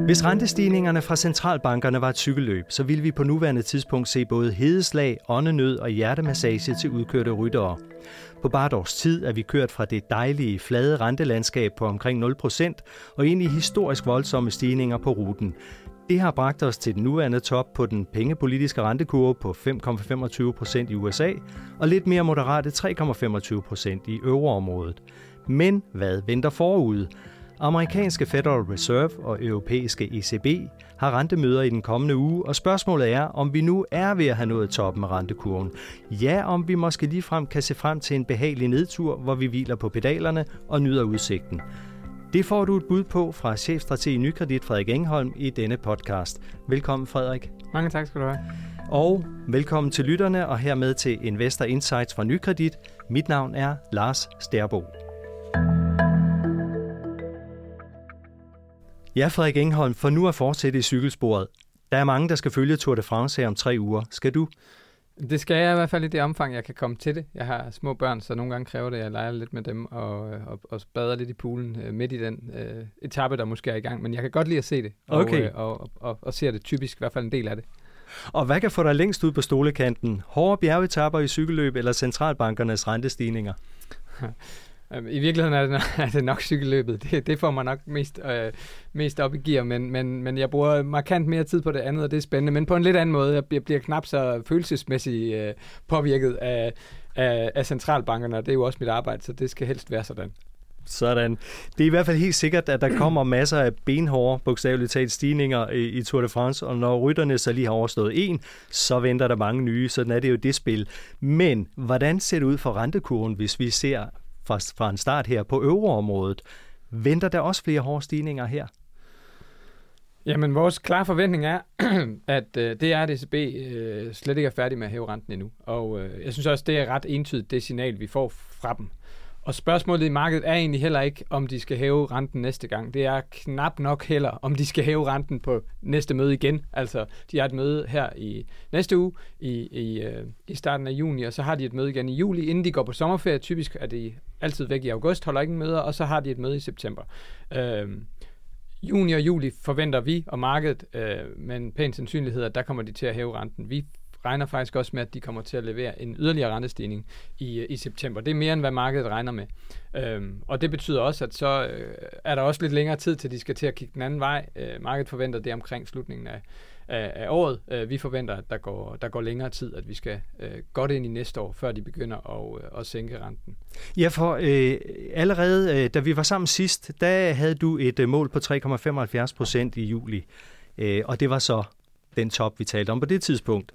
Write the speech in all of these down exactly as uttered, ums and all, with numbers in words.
Hvis rentestigningerne fra centralbankerne var et cykelløb, så ville vi på nuværende tidspunkt se både hedeslag, åndenød og hjertemassage til udkørte ryttere. På bare et års tid er vi kørt fra det dejlige, flade rentelandskab på omkring nul procent og ind i historisk voldsomme stigninger på ruten. Det har bragt os til den nuværende top på den pengepolitiske rentekurve på fem komma femogtyve procent i U S A og lidt mere moderate tre komma femogtyve procent i euroområdet. Men hvad venter forude? Amerikanske Federal Reserve og europæiske E C B har rentemøder i den kommende uge, og spørgsmålet er, om vi nu er ved at have nået toppen af rentekurven. Ja, om vi måske ligefrem kan se frem til en behagelig nedtur, hvor vi hviler på pedalerne og nyder udsigten. Det får du et bud på fra chefstrateg i Nykredit Frederik Engholm i denne podcast. Velkommen, Frederik. Mange tak skal du have. Og velkommen til lytterne og hermed til Investor Insights fra Nykredit. Mit navn er Lars Sterbo. Ja, Frederik Engholm, for nu at fortsætte i cykelsporet. Der er mange, der skal følge Tour de France her om tre uger. Skal du? Det skal jeg i hvert fald i det omfang, jeg kan komme til det. Jeg har små børn, så nogle gange kræver det, at jeg leger lidt med dem og, og, og bader lidt i poolen øh, midt i den øh, etape, der måske er i gang. Men jeg kan godt lide at se det, og, okay. øh, og, og, og, og ser det typisk, i hvert fald en del af det. Og hvad kan få dig længst ud på stolekanten? Hårde bjergetapper i cykelløb eller centralbankernes rentestigninger? I virkeligheden er det, er det nok cykelløbet. Det, det får mig nok mest, øh, mest op i gear, men, men, men jeg bruger markant mere tid på det andet, og det er spændende. Men på en lidt anden måde. Jeg bliver, bliver knap så følelsesmæssigt øh, påvirket af, af, af centralbankerne, og det er jo også mit arbejde, så det skal helst være sådan. Sådan. Det er i hvert fald helt sikkert, at der kommer masser af benhårde, bogstaveligt talt, stigninger i, i Tour de France, og når rytterne så lige har overstået en, så venter der mange nye, sådan er det jo det spil. Men hvordan ser det ud for rentekurven, hvis vi ser fra, fra en start her på euroområdet? Venter der også flere hårde stigninger her? Jamen, vores klare forventning er, at øh, det er, at E C B øh, slet ikke er færdig med at hæve renten endnu. Og øh, jeg synes også, det er ret entydigt det signal, vi får fra dem. Og spørgsmålet i markedet er egentlig heller ikke, om de skal hæve renten næste gang. Det er knap nok heller, om de skal hæve renten på næste møde igen. Altså, de har et møde her i næste uge, i, i, øh, i starten af juni, og så har de et møde igen i juli, inden de går på sommerferie. Typisk er de altid væk i august, holder ikke møder, og så har de et møde i september. Øh, juni og juli forventer vi og markedet øh, med en pæn sandsynlighed, at der kommer de til at hæve renten. Vi regner faktisk også med, at de kommer til at levere en yderligere rentestigning i, i september. Det er mere, end hvad markedet regner med. Øhm, og det betyder også, at så øh, er der også lidt længere tid, til de skal til at kigge den anden vej. Øh, markedet forventer det omkring slutningen af, af, af året. Øh, vi forventer, at der går, der går længere tid, at vi skal øh, godt ind i næste år, før de begynder at, øh, at sænke renten. Ja, for øh, allerede, øh, da vi var sammen sidst, der havde du et øh, mål på tre komma femoghalvfjerds procent i juli. Øh, og det var så den top, vi talte om på det tidspunkt.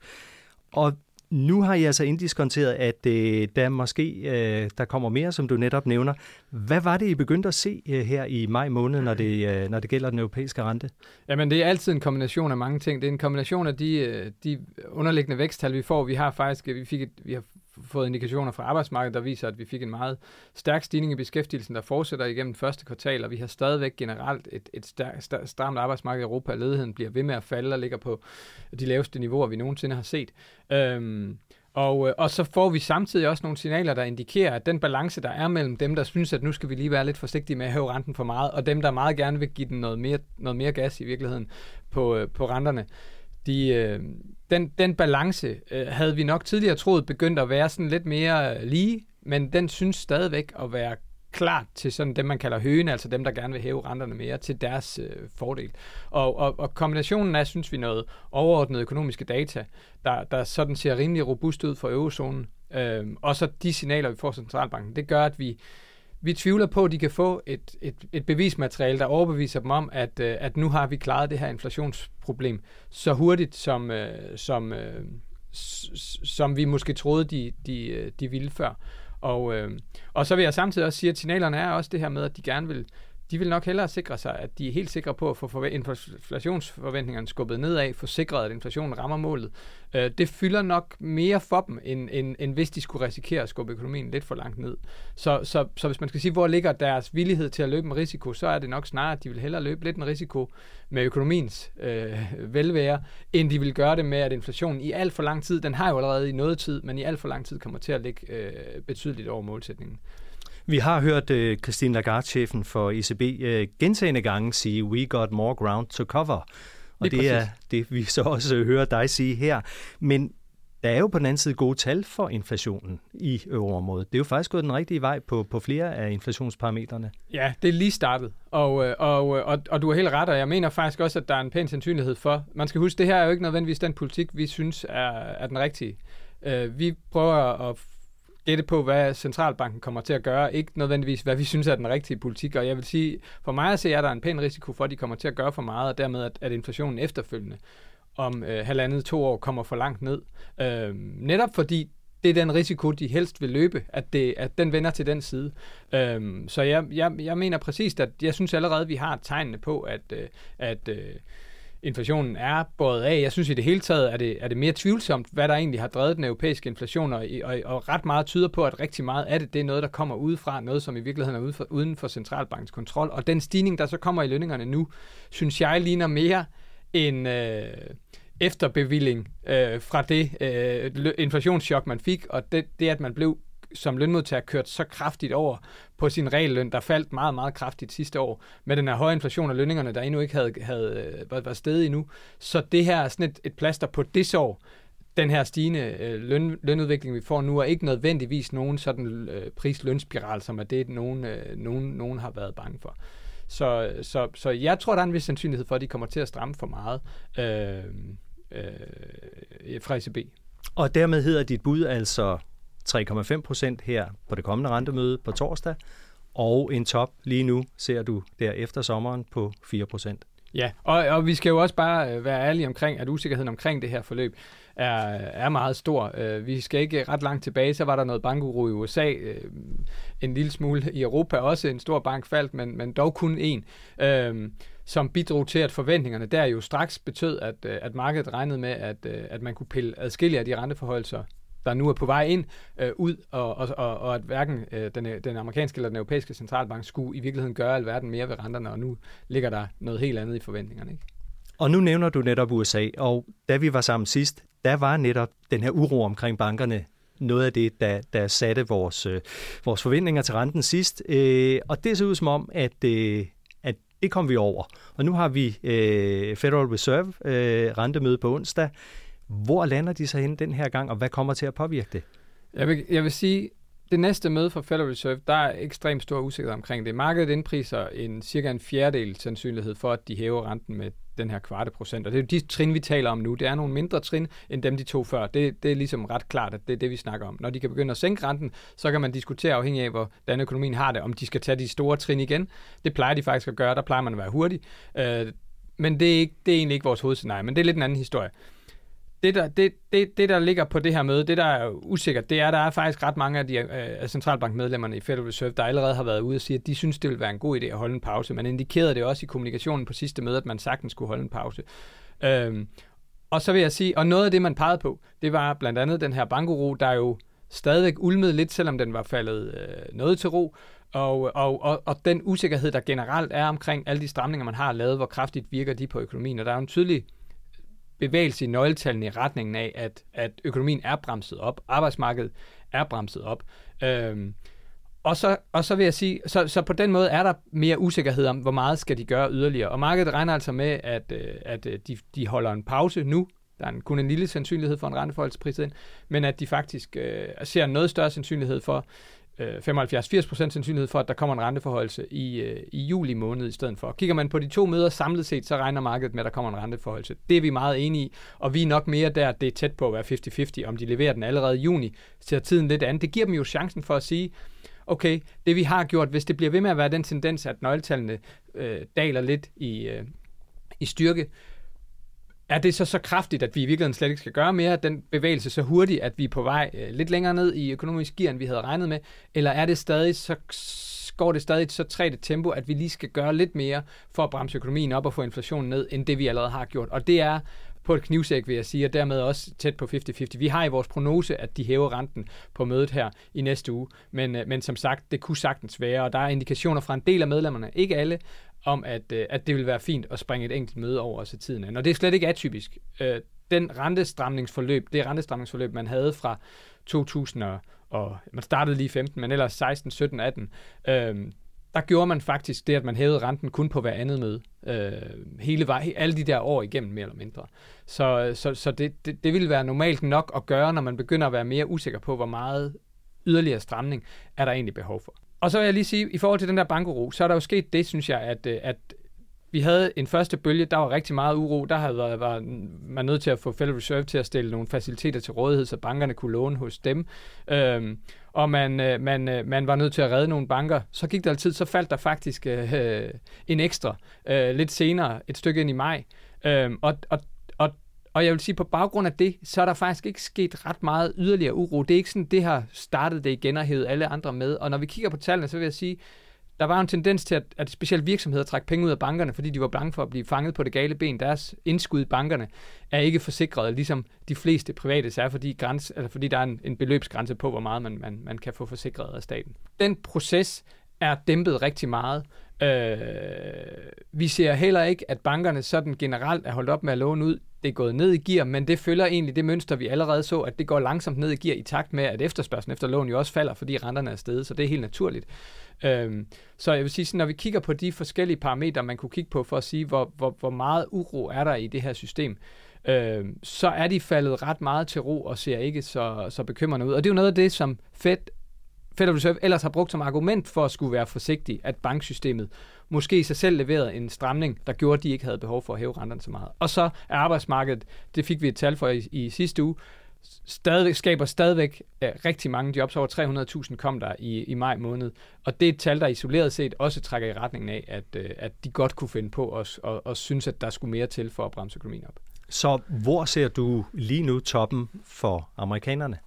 Og nu har I altså inddiskonteret, at øh, der måske øh, der kommer mere, som du netop nævner. Hvad var det, I begyndte at se øh, her i maj måned, når det, øh, når det gælder den europæiske rente? Jamen, det er altid en kombination af mange ting. Det er en kombination af de, de underliggende væksttal, vi får. Vi har faktisk vi fik et, vi har fået indikationer fra arbejdsmarkedet, der viser, at vi fik en meget stærk stigning i beskæftigelsen, der fortsætter igennem første kvartal, og vi har stadigvæk generelt et, et stærk, stærk, stramt arbejdsmarked i Europa, og ledigheden bliver ved med at falde og ligger på de laveste niveauer, vi nogensinde har set. Øhm, og, og så får vi samtidig også nogle signaler, der indikerer, at den balance, der er mellem dem, der synes, at nu skal vi lige være lidt forsigtige med at hæve renten for meget, og dem, der meget gerne vil give den noget mere, noget mere gas i virkeligheden på, på renterne, De, øh, den, den balance øh, havde vi nok tidligere troet begyndt at være sådan lidt mere øh, lige, men den synes stadigvæk at være klart til sådan dem, man kalder høgen, altså dem, der gerne vil hæve renterne mere til deres øh, fordel. Og, og, og kombinationen af, synes vi, noget overordnet økonomiske data, der, der sådan ser rimelig robust ud for eurozonen, øh, og så de signaler, vi får fra centralbanken, det gør, at vi Vi tvivler på, at de kan få et, et, et bevismateriale, der overbeviser dem om, at, at nu har vi klaret det her inflationsproblem så hurtigt, som, som, som vi måske troede, de, de, de ville før. Og, og så vil jeg samtidig også sige, at signalerne er også det her med, at de gerne vil, de vil nok hellere sikre sig, at de er helt sikre på at få inflationsforventningerne skubbet nedad, få sikret, at inflationen rammer målet. Det fylder nok mere for dem, end, end, end hvis de skulle risikere at skubbe økonomien lidt for langt ned. Så, så, så hvis man skal sige, hvor ligger deres villighed til at løbe en risiko, så er det nok snarere, at de vil hellere løbe lidt en risiko med økonomiens øh, velvære, end de vil gøre det med, at inflationen i alt for lang tid, den har jo allerede i noget tid, men i alt for lang tid kommer til at ligge øh, betydeligt over målsætningen. Vi har hørt uh, Christine Lagarde-chefen for E C B uh, gentagne gange sige, we got more ground to cover. Og det, det er det, vi så også hører dig sige her. Men der er jo på den anden side gode tal for inflationen i euroområdet. Det er jo faktisk gået den rigtige vej på, på flere af inflationsparametrene. Ja, det er lige startet, og, og, og, og du har helt ret, og jeg mener faktisk også, at der er en pæn sandsynlighed for. Man skal huske, det her er jo ikke nødvendigvis den politik, vi synes er, er den rigtige. Uh, vi prøver at gætte på, hvad centralbanken kommer til at gøre, ikke nødvendigvis, hvad vi synes er den rigtige politik, og jeg vil sige, for mig at se, er der en pæn risiko for, at de kommer til at gøre for meget, og dermed, at, at inflationen efterfølgende om øh, halvandet to år kommer for langt ned. Øh, netop fordi det er den risiko, de helst vil løbe, at, det, at den vender til den side. Øh, så jeg, jeg, jeg mener præcist, at jeg synes allerede, at vi har tegnene på, at, øh, at øh, inflationen er båret af. Jeg synes i det hele taget, er det, er det mere tvivlsomt, hvad der egentlig har drevet den europæiske inflation, og, og, og ret meget tyder på, at rigtig meget af det, det er noget, der kommer udefra, noget som i virkeligheden er uden for, uden for centralbankens kontrol. Og den stigning, der så kommer i lønningerne nu, synes jeg ligner mere en øh, efterbevilling øh, fra det øh, inflationschok, man fik, og det, det, at man blev som lønmodtager kørt så kraftigt over på sin realløn, der faldt meget, meget kraftigt sidste år, med den her høje inflation og lønningerne, der endnu ikke havde, havde været steget endnu. Så det her er sådan et, et plaster på det sår. Den her stigende øh, løn, lønudvikling, vi får nu, er ikke nødvendigvis nogen sådan øh, pris-lønspiral, som er det, nogen, øh, nogen, nogen har været bange for. Så, så, så jeg tror, der er en vis sandsynlighed for, at de kommer til at stramme for meget øh, øh, fra E C B. Og dermed hedder dit bud altså tre komma fem procent her på det kommende rentemøde på torsdag, og en top lige nu ser du der efter sommeren på fire procent. Ja, og, og vi skal jo også bare være ærlige omkring, at usikkerheden omkring det her forløb er, er meget stor. Vi skal ikke ret langt tilbage, så var der noget bankuro i U S A, en lille smule i Europa, også en stor bank faldt, men, men dog kun én, øh, som bidrog til, at forventningerne der jo straks betød, at, at markedet regnede med, at, at man kunne pille adskillige af de renteforholdelser, der nu er på vej ind, øh, ud, og, og, og, og at hverken øh, den, den amerikanske eller den europæiske centralbank skulle i virkeligheden gøre alverden mere ved renterne, og nu ligger der noget helt andet i forventningerne, ikke? Og nu nævner du netop U S A, og da vi var sammen sidst, der var netop den her uro omkring bankerne noget af det, der, der satte vores, øh, vores forventninger til renten sidst. Øh, og det ser ud som om, at, øh, at det kom vi over. Og nu har vi øh, Federal Reserve øh, rentemøde på onsdag. Hvor lander de så hen den her gang, og hvad kommer til at påvirke det? Jeg vil, jeg vil sige, det næste møde for Federal Reserve, der er ekstremt stor usikkerhed omkring det. Markedet indpriser en cirka en fjerdedel sandsynlighed for, at de hæver renten med den her kvarte procent. Og det er jo de trin, vi taler om nu. Det er nogle mindre trin, end dem de to før. Det, det er ligesom ret klart, at det er det, vi snakker om. Når de kan begynde at sænke renten, så kan man diskutere afhængig af, hvordan økonomien har det, om de skal tage de store trin igen. Det plejer de faktisk at gøre. Der plejer man at være hurtig. Øh, men det er, ikke, det er egentlig ikke vores hovedscenarie, men det er lidt en anden historie. Det der, det, det, det, der ligger på det her møde, det der er usikkert, det er, at der er faktisk ret mange af de øh, centralbankmedlemmerne i Federal Reserve, der allerede har været ude og sige, at de synes, det vil være en god idé at holde en pause. Man indikerede det også i kommunikationen på sidste møde, at man sagtens skulle holde en pause. Øhm, og så vil jeg sige, og noget af det, man pegede på, det var blandt andet den her bankuro, der jo stadigvæk ulmede lidt, selvom den var faldet øh, noget til ro. Og, og, og, og den usikkerhed, der generelt er omkring alle de stramninger, man har lavet, hvor kraftigt virker de på økonomien. Og der er jo en tydelig bevægelse i nøgletallene i retningen af, at, at økonomien er bremset op, arbejdsmarkedet er bremset op. Øhm, og, så, og så vil jeg sige, så, så på den måde er der mere usikkerhed om, hvor meget skal de gøre yderligere. Og markedet regner altså med, at, at de, de holder en pause nu. Der er en, kun en lille sandsynlighed for en renteforholdspris ind, men at de faktisk øh, ser en noget større sandsynlighed for, femoghalvfjerds til firs procent sandsynlighed for, at der kommer en renteforholdelse i, øh, i juli måned i stedet for. Kigger man på de to møder samlet set, så regner markedet med, at der kommer en renteforholdelse. Det er vi meget enige i, og vi er nok mere der, det er tæt på at være halvtreds halvtreds. Om de leverer den allerede i juni, ser tiden lidt an. Det giver dem jo chancen for at sige, okay, det vi har gjort, hvis det bliver ved med at være den tendens, at nøgletallene øh, daler lidt i, øh, i styrke, er det så så kraftigt, at vi i virkeligheden slet ikke skal gøre mere, den bevægelse så hurtigt, at vi er på vej øh, lidt længere ned i økonomisk gear, end vi havde regnet med, eller er det stadig så går det stadig så træt et tempo, at vi lige skal gøre lidt mere for at bremse økonomien op og få inflationen ned, end det vi allerede har gjort. Og det er på et knivsæk, vil jeg sige, og dermed også tæt på halvtreds halvtreds. Vi har i vores prognose, at de hæver renten på mødet her i næste uge, men, men som sagt, det kunne sagtens være, og der er indikationer fra en del af medlemmerne, ikke alle, om at, at det vil være fint at springe et enkelt møde over og se tiden an. Og det er slet ikke atypisk. Den rentestramningsforløb, det rentestramningsforløb, man havde fra to tusind og man startede lige femten, men ellers seksten, sytten, atten, øh, der gjorde man faktisk det, at man hævede renten kun på hver andet møde. Øh, hele vej, alle de der år igennem, mere eller mindre. Så, så, så det, det, det ville være normalt nok at gøre, når man begynder at være mere usikker på, hvor meget yderligere stramning er der egentlig behov for. Og så vil jeg lige sige, i forhold til den der bankuro, så er der jo sket det, synes jeg, at, at vi havde en første bølge, der var rigtig meget uro. Der havde været, var man nødt til at få Federal Reserve til at stille nogle faciliteter til rådighed, så bankerne kunne låne hos dem. Øhm, og man, man, man var nødt til at redde nogle banker. Så gik der altid, så faldt der faktisk øh, en ekstra øh, lidt senere, et stykke ind i maj. Øhm, og, og, og, og jeg vil sige, på baggrund af det, så er der faktisk ikke sket ret meget yderligere uro. Det er ikke sådan, det har startet det igen og hævet alle andre med. Og når vi kigger på tallene, så vil jeg sige, der var en tendens til, at, at specielt virksomheder trækker penge ud af bankerne, fordi de var bange for at blive fanget på det gale ben. Deres indskud i bankerne er ikke forsikret, ligesom de fleste private er, fordi, grænse, altså fordi der er en, en beløbsgrænse på, hvor meget man, man, man kan få forsikret af staten. Den proces er dæmpet rigtig meget. Øh, vi ser heller ikke, at bankerne sådan generelt er holdt op med at låne ud. Det er gået ned i gear, men det følger egentlig det mønster, vi allerede så, at det går langsomt ned i gear i takt med, at efterspørgslen efter lån jo også falder, fordi renterne er steget, så det er helt naturligt. Øhm, så jeg vil sige, når vi kigger på de forskellige parametre, man kunne kigge på for at sige, hvor, hvor, hvor meget uro er der i det her system, øhm, så er de faldet ret meget til ro og ser ikke så, så bekymrende ud. Og det er jo noget af det, som Fed, Federal Reserve ellers har brugt som argument for at skulle være forsigtig, at banksystemet måske i sig selv leverede en stramning, der gjorde, at de ikke havde behov for at hæve renterne så meget. Og så er arbejdsmarkedet, det fik vi et tal for i, i sidste uge, stadig, skaber stadigvæk uh, rigtig mange jobs. Over tre hundrede tusind kom der i, i maj måned. Og det er et tal, der isoleret set også trækker i retningen af, at, uh, at de godt kunne finde på os og, og synes, at der skulle mere til for at bremse økonomien op. Så hvor ser du lige nu toppen for amerikanerne?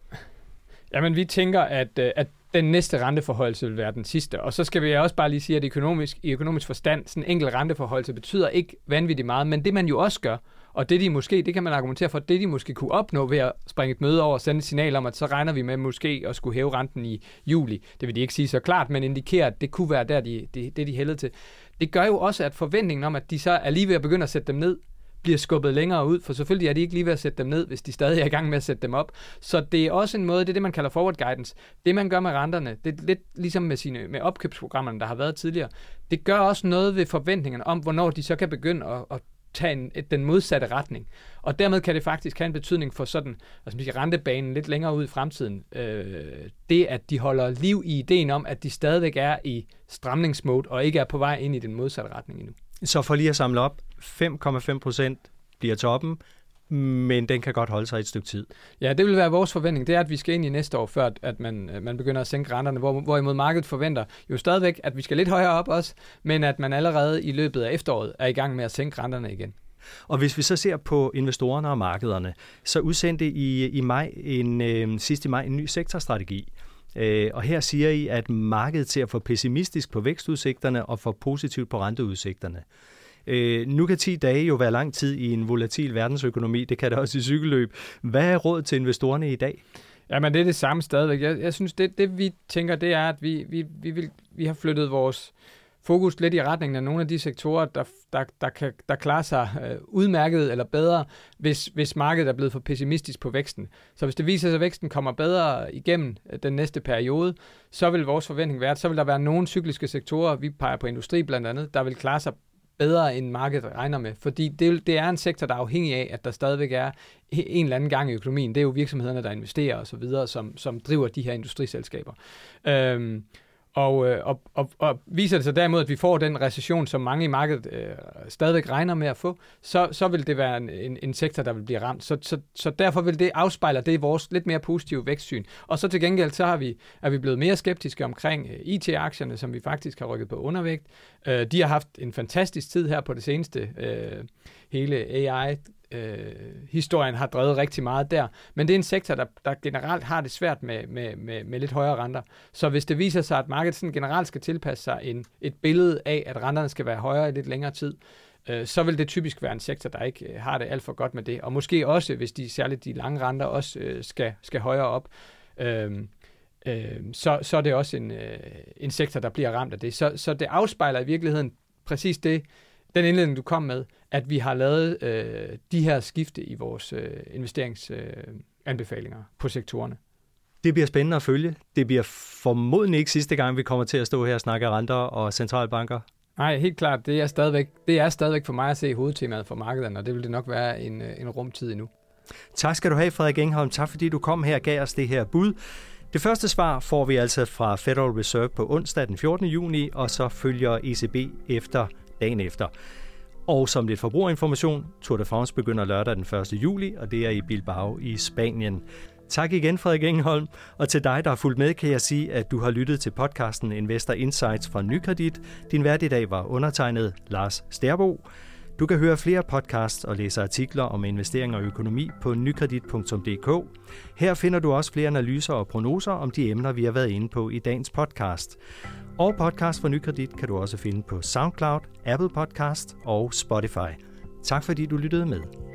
Jamen, vi tænker, at, at den næste renteforhøjelse vil være den sidste. Og så skal vi også bare lige sige, at økonomisk, i økonomisk forstand, sådan en enkelt renteforhøjelse betyder ikke vanvittigt meget, men det man jo også gør, og det de måske, det kan man argumentere for, det de måske kunne opnå ved at springe et møde over og sende et signal om, at så regner vi med måske at skulle hæve renten i juli. Det vil de ikke sige så klart, men indikerer, at det kunne være der, de, det, det de hældede til. Det gør jo også, at forventningen om, at de så er lige ved at begynde at sætte dem ned, bliver skubbet længere ud, for selvfølgelig er de ikke lige ved at sætte dem ned, hvis de stadig er i gang med at sætte dem op. Så det er også en måde, det er det, man kalder forward guidance. Det, man gør med renterne, det er lidt ligesom med, sine, med opkøbsprogrammerne, der har været tidligere. Det gør også noget ved forventningerne om, hvornår de så kan begynde at, at tage en, den modsatte retning. Og dermed kan det faktisk have en betydning for sådan, altså man siger, rentebanen lidt længere ud i fremtiden. Øh, det, at de holder liv i ideen om, at de stadigvæk er i stramningsmode, og ikke er på vej ind i den modsatte retning endnu. Så for lige at samle op, fem komma fem procent bliver toppen, men den kan godt holde sig et stykke tid. Ja, det vil være vores forventning. Det er, at vi skal ind i næste år, før at man, man begynder at sænke renterne, hvor, hvorimod markedet forventer jo stadigvæk, at vi skal lidt højere op også, men at man allerede i løbet af efteråret er i gang med at sænke renterne igen. Og hvis vi så ser på investorerne og markederne, så udsendte I i maj en, øh, sidste maj en ny sektorstrategi. Øh, og her siger I, at markedet ser for pessimistisk på vækstudsigterne og for positivt på renteudsigterne. Øh, nu kan ti dage jo være lang tid i en volatil verdensøkonomi, det kan det også i cykelløb. Hvad er råd til investorerne i dag? Jamen det er det samme stadigvæk. Jeg, jeg synes, det, det vi tænker, det er, at vi, vi, vi, vil, vi har flyttet vores fokus lidt i retningen af nogle af de sektorer, der, der, der, kan, der klarer sig øh, udmærket eller bedre, hvis, hvis markedet er blevet for pessimistisk på væksten. Så hvis det viser sig, at væksten kommer bedre igennem den næste periode, så vil vores forventning være, at så vil der være nogle cykliske sektorer, vi peger på industri blandt andet, der vil klare sig bedre end markedet regner med. Fordi det, det er en sektor, der er afhængig af, at der stadigvæk er en eller anden gang i økonomien. Det er jo virksomhederne, der investerer og så videre, som, som driver de her industriselskaber. Øhm, Og, og, og, og viser det sig derimod, at vi får den recession, som mange i markedet øh, stadigvæk regner med at få, så, så vil det være en, en, en sektor, der vil blive ramt. Så, så, så derfor vil det afspejle, det er vores lidt mere positive vækstsyn. Og så til gengæld, så har vi, er vi blevet mere skeptiske omkring øh, I T-aktierne, som vi faktisk har rykket på undervægt. Øh, de har haft en fantastisk tid her på det seneste. Øh, hele A I Øh, historien har drevet rigtig meget der, men det er en sektor, der, der generelt har det svært med, med, med, med lidt højere renter. Så hvis det viser sig, at markedet sådan generelt skal tilpasse sig en, et billede af, at renterne skal være højere i lidt længere tid, øh, så vil det typisk være en sektor, der ikke har det alt for godt med det. Og måske også, hvis de særligt de lange renter også øh, skal, skal højere op, øh, øh, så, så er det også en, øh, en sektor, der bliver ramt af det. Så, så det afspejler i virkeligheden præcis det, den indledning, du kom med, at vi har lavet øh, de her skifte i vores øh, investeringsanbefalinger øh, på sektorerne. Det bliver spændende at følge. Det bliver formodentlig ikke sidste gang, vi kommer til at stå her og snakke renter og centralbanker. Nej, helt klart. Det er stadigvæk, det er stadigvæk for mig at se hovedtemaet for markederne, og det vil det nok være en, en rumtid endnu. Tak skal du have, Frederik Engholm. Tak fordi du kom her og gav os det her bud. Det første svar får vi altså fra Federal Reserve på onsdag den fjortende juni, og så følger E C B efter dagen efter. Og som lidt forbrugerinformation, Tour de France begynder lørdag den første juli, og det er i Bilbao i Spanien. Tak igen, Frederik Engholm, og til dig, der har fulgt med, kan jeg sige, at du har lyttet til podcasten Investor Insights fra Nykredit. Din vært i dag var undertegnet Lars Sterbo. Du kan høre flere podcasts og læse artikler om investering og økonomi på nykredit punktum d k. Her finder du også flere analyser og prognoser om de emner, vi har været inde på i dagens podcast. Og podcast fra Nykredit kan du også finde på SoundCloud, Apple Podcast og Spotify. Tak fordi du lyttede med.